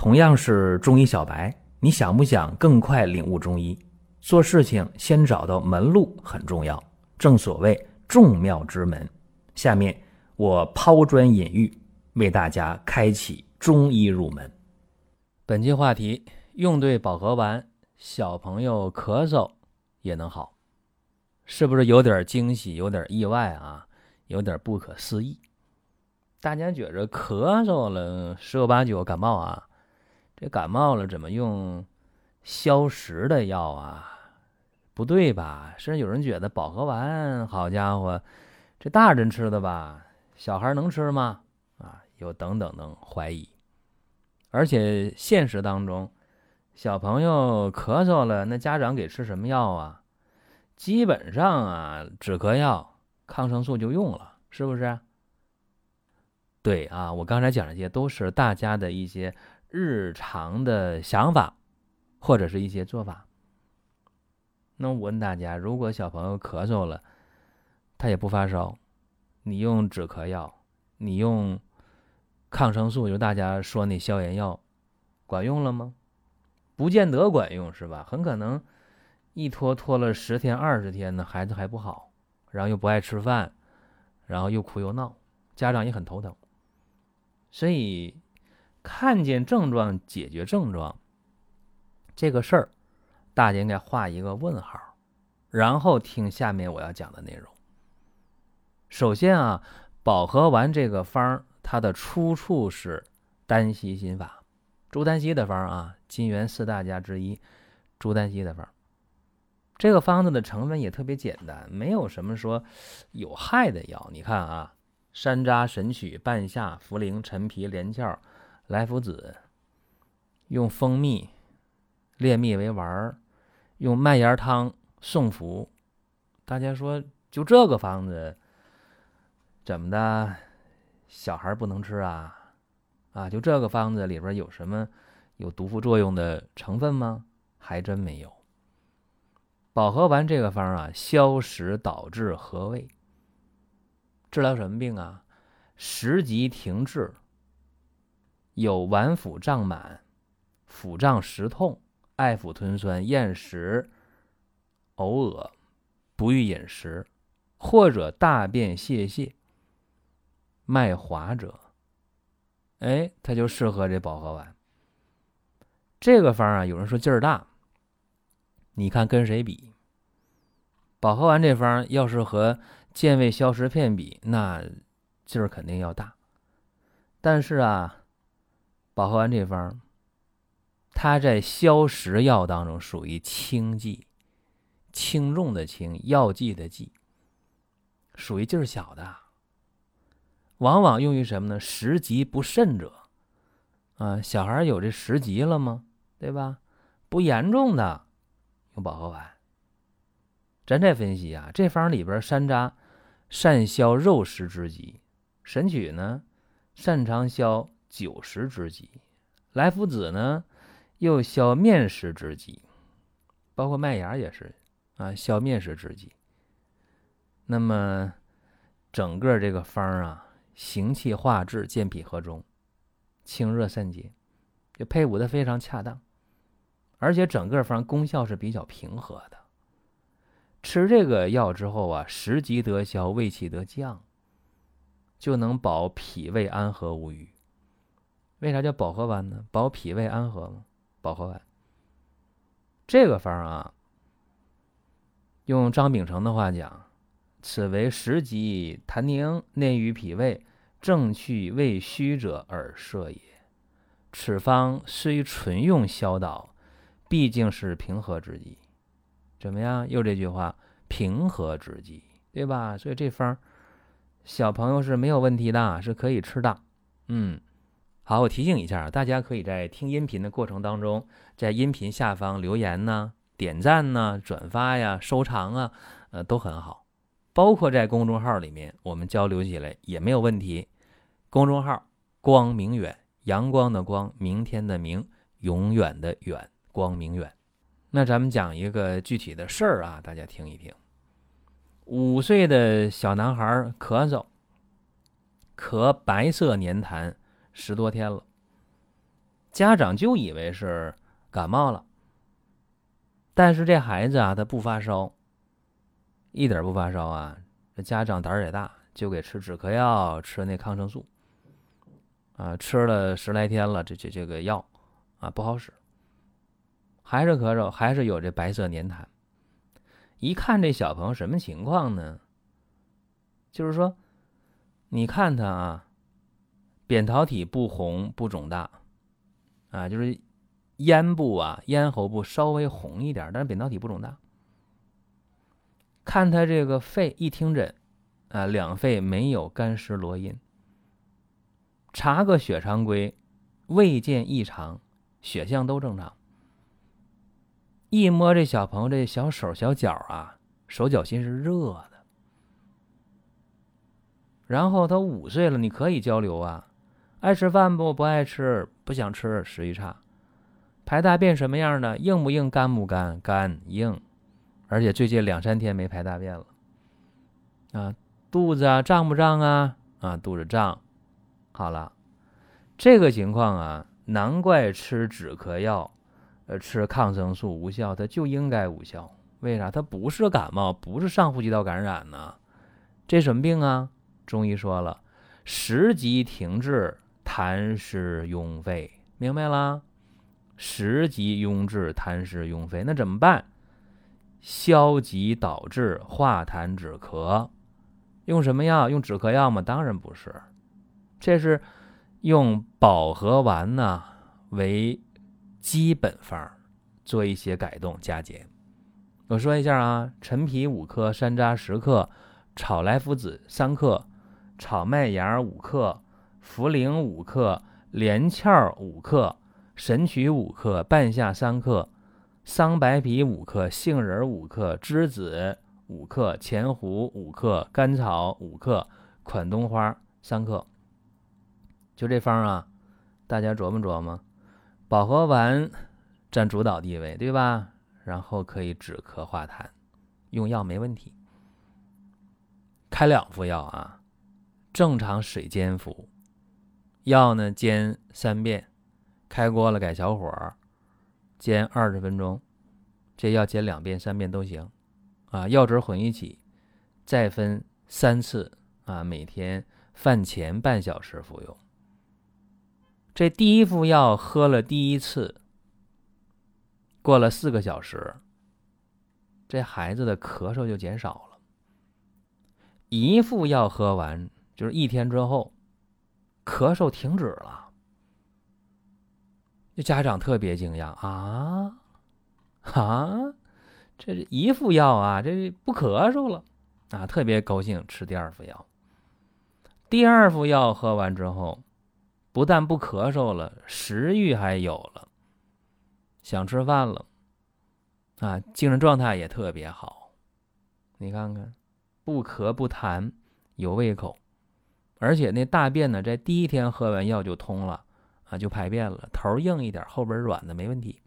同样是中医小白，你想不想更快领悟中医？做事情先找到门路很重要，正所谓众妙之门。下面我抛砖引玉，为大家开启中医入门。本期话题：用对保和丸，小朋友咳嗽也能好，是不是有点惊喜，有点意外啊？有点不可思议。大家觉着咳嗽了十有八九感冒啊，这感冒了怎么用消食的药啊？不对吧？甚至有人觉得保和丸，好家伙，这大人吃的吧，小孩能吃吗？有等等等怀疑。而且现实当中，小朋友咳嗽了，那家长给吃什么药啊？基本上啊，止咳药、抗生素就用了，是不是？对啊，我刚才讲这些都是大家的一些日常的想法，或者是一些做法。那我问大家，如果小朋友咳嗽了，他也不发烧，你用止咳药，你用抗生素，就大家说那消炎药，管用了吗？不见得管用，是吧？很可能一拖了10天20天呢，孩子还不好，然后又不爱吃饭，然后又哭又闹，家长也很头疼。所以看见症状解决症状这个事儿，大家应该画一个问号，然后听下面我要讲的内容。首先啊，保和丸这个方它的出处是丹溪心法，朱丹溪的方啊，金元4大家之一，朱丹溪的方。这个方子的成分也特别简单，没有什么说有害的药。你看啊，山楂、神曲、半夏、茯苓、陈皮、连翘、莱菔子，用蜂蜜炼蜜为丸，用麦芽汤送服。大家说就这个方子怎么的，小孩不能吃啊？就这个方子里边有什么有毒副作用的成分吗？还真没有。保和丸这个方啊，消食导滞和胃，治疗什么病啊？食积停滞，有脘腹胀满、腹胀食痛、爱腹吞酸、厌食、呕恶、不欲饮食，或者大便泄泻、脉滑者，它就适合这保和丸。这个方啊，有人说劲儿大，你看跟谁比？保和丸这方要是和健胃消食片比，那劲儿肯定要大。但是啊，保和丸这方它在消食药当中属于轻剂，轻重的轻，药剂的剂，属于劲儿小的，往往用于什么呢？食积不甚者小孩有这食积了吗？对吧？不严重的用保和丸。咱再分析啊，这方里边山楂善消肉食之疾，神曲呢擅长消酒食之疾，莱菔子呢又消面食之疾，包括麦芽也是消面食之疾。那么整个这个方啊，行气化滞，健脾和中，清热散结，就配伍的非常恰当，而且整个方功效是比较平和的。吃这个药之后啊，食积得消，胃气得降，就能保脾胃安和无虞。为啥叫保和丸呢？保脾胃安和吗？保和丸这个方啊，用张秉成的话讲，此为食积痰凝，内于脾胃，正去胃虚者而设也。此方虽纯用消导，毕竟是平和之剂。怎么样？又这句话，平和之剂，对吧？所以这方小朋友是没有问题的，是可以吃的。好，我提醒一下，大家可以在听音频的过程当中，在音频下方留言呢、点赞呢、转发呀、收藏啊，都很好。包括在公众号里面，我们交流起来也没有问题。公众号光明远，阳光的光，明天的明，永远的远，光明远。那咱们讲一个具体的事儿啊，大家听一听。5岁的小男孩咳嗽，咳白色粘痰10多天了， 家长就以为是感冒了，但是这孩子啊，他不发烧，一点不发烧啊，这家长胆儿也大，就给吃止咳药，吃那抗生素啊，吃了10来天了，这个药啊不好使，还是咳嗽，还是有这白色粘痰。一看这小朋友什么情况呢？就是说，你看他啊，扁桃体不红不肿大啊，就是咽部啊、咽喉部稍微红一点，但是扁桃体不肿大。看他这个肺一听诊啊，两肺没有干湿罗音，查个血常规，未见异常，血象都正常。一摸这小朋友这小手小脚啊，手脚心是热的。然后他5岁了，你可以交流啊，爱吃饭不？不爱吃，不想吃，食欲差。排大便什么样的？硬不硬？干不干？干硬，而且最近2、3天没排大便了。啊，肚子啊胀不胀啊？啊，肚子胀。好了，这个情况啊，难怪吃止咳药，吃抗生素无效，它就应该无效。为啥？它不是感冒，不是上呼吸道感染呢。这什么病啊？中医说了，10级停滞，痰湿壅肺，明白了？10级壅滞，痰湿壅肺，那怎么办？消极导滞，化痰止咳。用什么药？用止咳药吗？当然不是，这是用保和丸呢为基本方，做一些改动加减。我说一下啊，陈皮5克，山楂10克，炒莱菔子3克，炒麦芽5克，茯苓5克，连翘5克，神曲5克，半夏3克，桑白皮5克，杏仁5克，栀子5克，前胡5克，甘草5克，款冬花3克。就这方啊，大家琢磨琢磨，保和丸占主导地位，对吧？然后可以止咳化痰，用药没问题。开2副药啊，正常水煎服。药呢煎3遍，开锅了改小火，煎20分钟。这药煎2遍、3遍都行啊。药汁混一起，再分3次啊，每天饭前半小时服用。这第1副药喝了第1次，过了4个小时，这孩子的咳嗽就减少了。1副药喝完，就是1天之后，咳嗽停止了。这家长特别惊讶啊，这是1副药啊，这不咳嗽了啊，特别高兴，吃第2副药。第2副药喝完之后，不但不咳嗽了，食欲还有了，想吃饭了啊，精神状态也特别好。你看看，不咳不痰，有胃口，而且那大便呢，在第1天喝完药就通了啊，就排便了，头硬一点，后边软的没问题。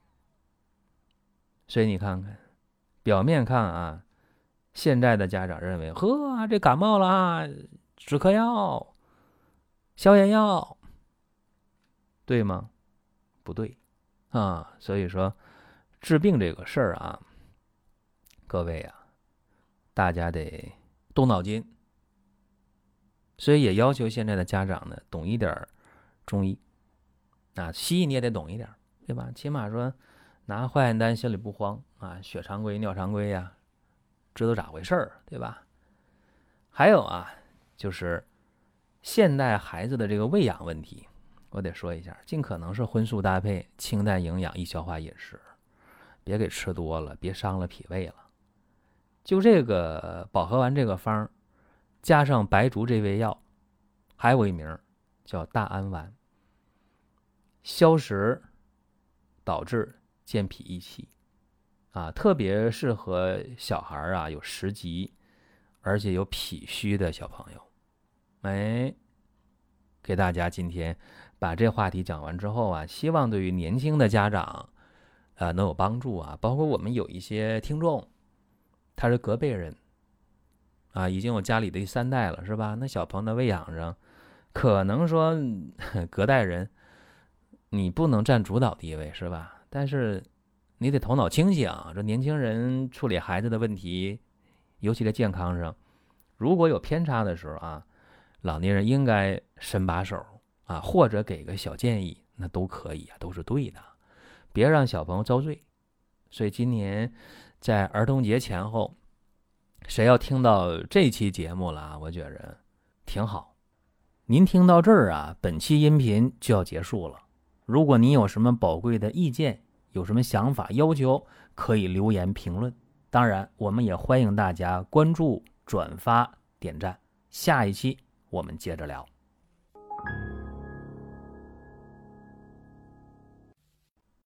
所以你看看，表面看啊，现在的家长认为，这感冒了啊，止咳药、消炎药，对吗？不对啊。所以说，治病这个事儿啊，各位啊，大家得动脑筋。所以也要求现在的家长呢，懂一点中医啊，西医你也得懂一点，对吧？起码说拿化验单心里不慌啊，血常规、尿常规呀，知道咋回事儿，对吧？还有啊，就是现代孩子的这个喂养问题，我得说一下，尽可能是荤素搭配，清淡营养，易消化饮食，别给吃多了，别伤了脾胃了。就这个保和丸这个方，加上白术这味药，还有一名叫大安丸，消食导滞健脾益气啊，特别适合小孩啊，有10级而且有脾虚的小朋友。给大家今天把这话题讲完之后啊，希望对于年轻的家长能有帮助啊。包括我们有一些听众，他是隔辈人啊，已经有家里的第3代了，是吧？那小朋友的喂养上，可能说隔代人你不能占主导地位，是吧？但是你得头脑清醒，这年轻人处理孩子的问题，尤其在健康上，如果有偏差的时候啊，老年人应该伸把手啊，或者给个小建议，那都可以啊，都是对的，别让小朋友遭罪。所以今年在儿童节前后，谁要听到这期节目了啊，我觉着挺好。您听到这儿啊，本期音频就要结束了。如果您有什么宝贵的意见，有什么想法要求，可以留言评论。当然，我们也欢迎大家关注、转发、点赞。下一期我们接着聊。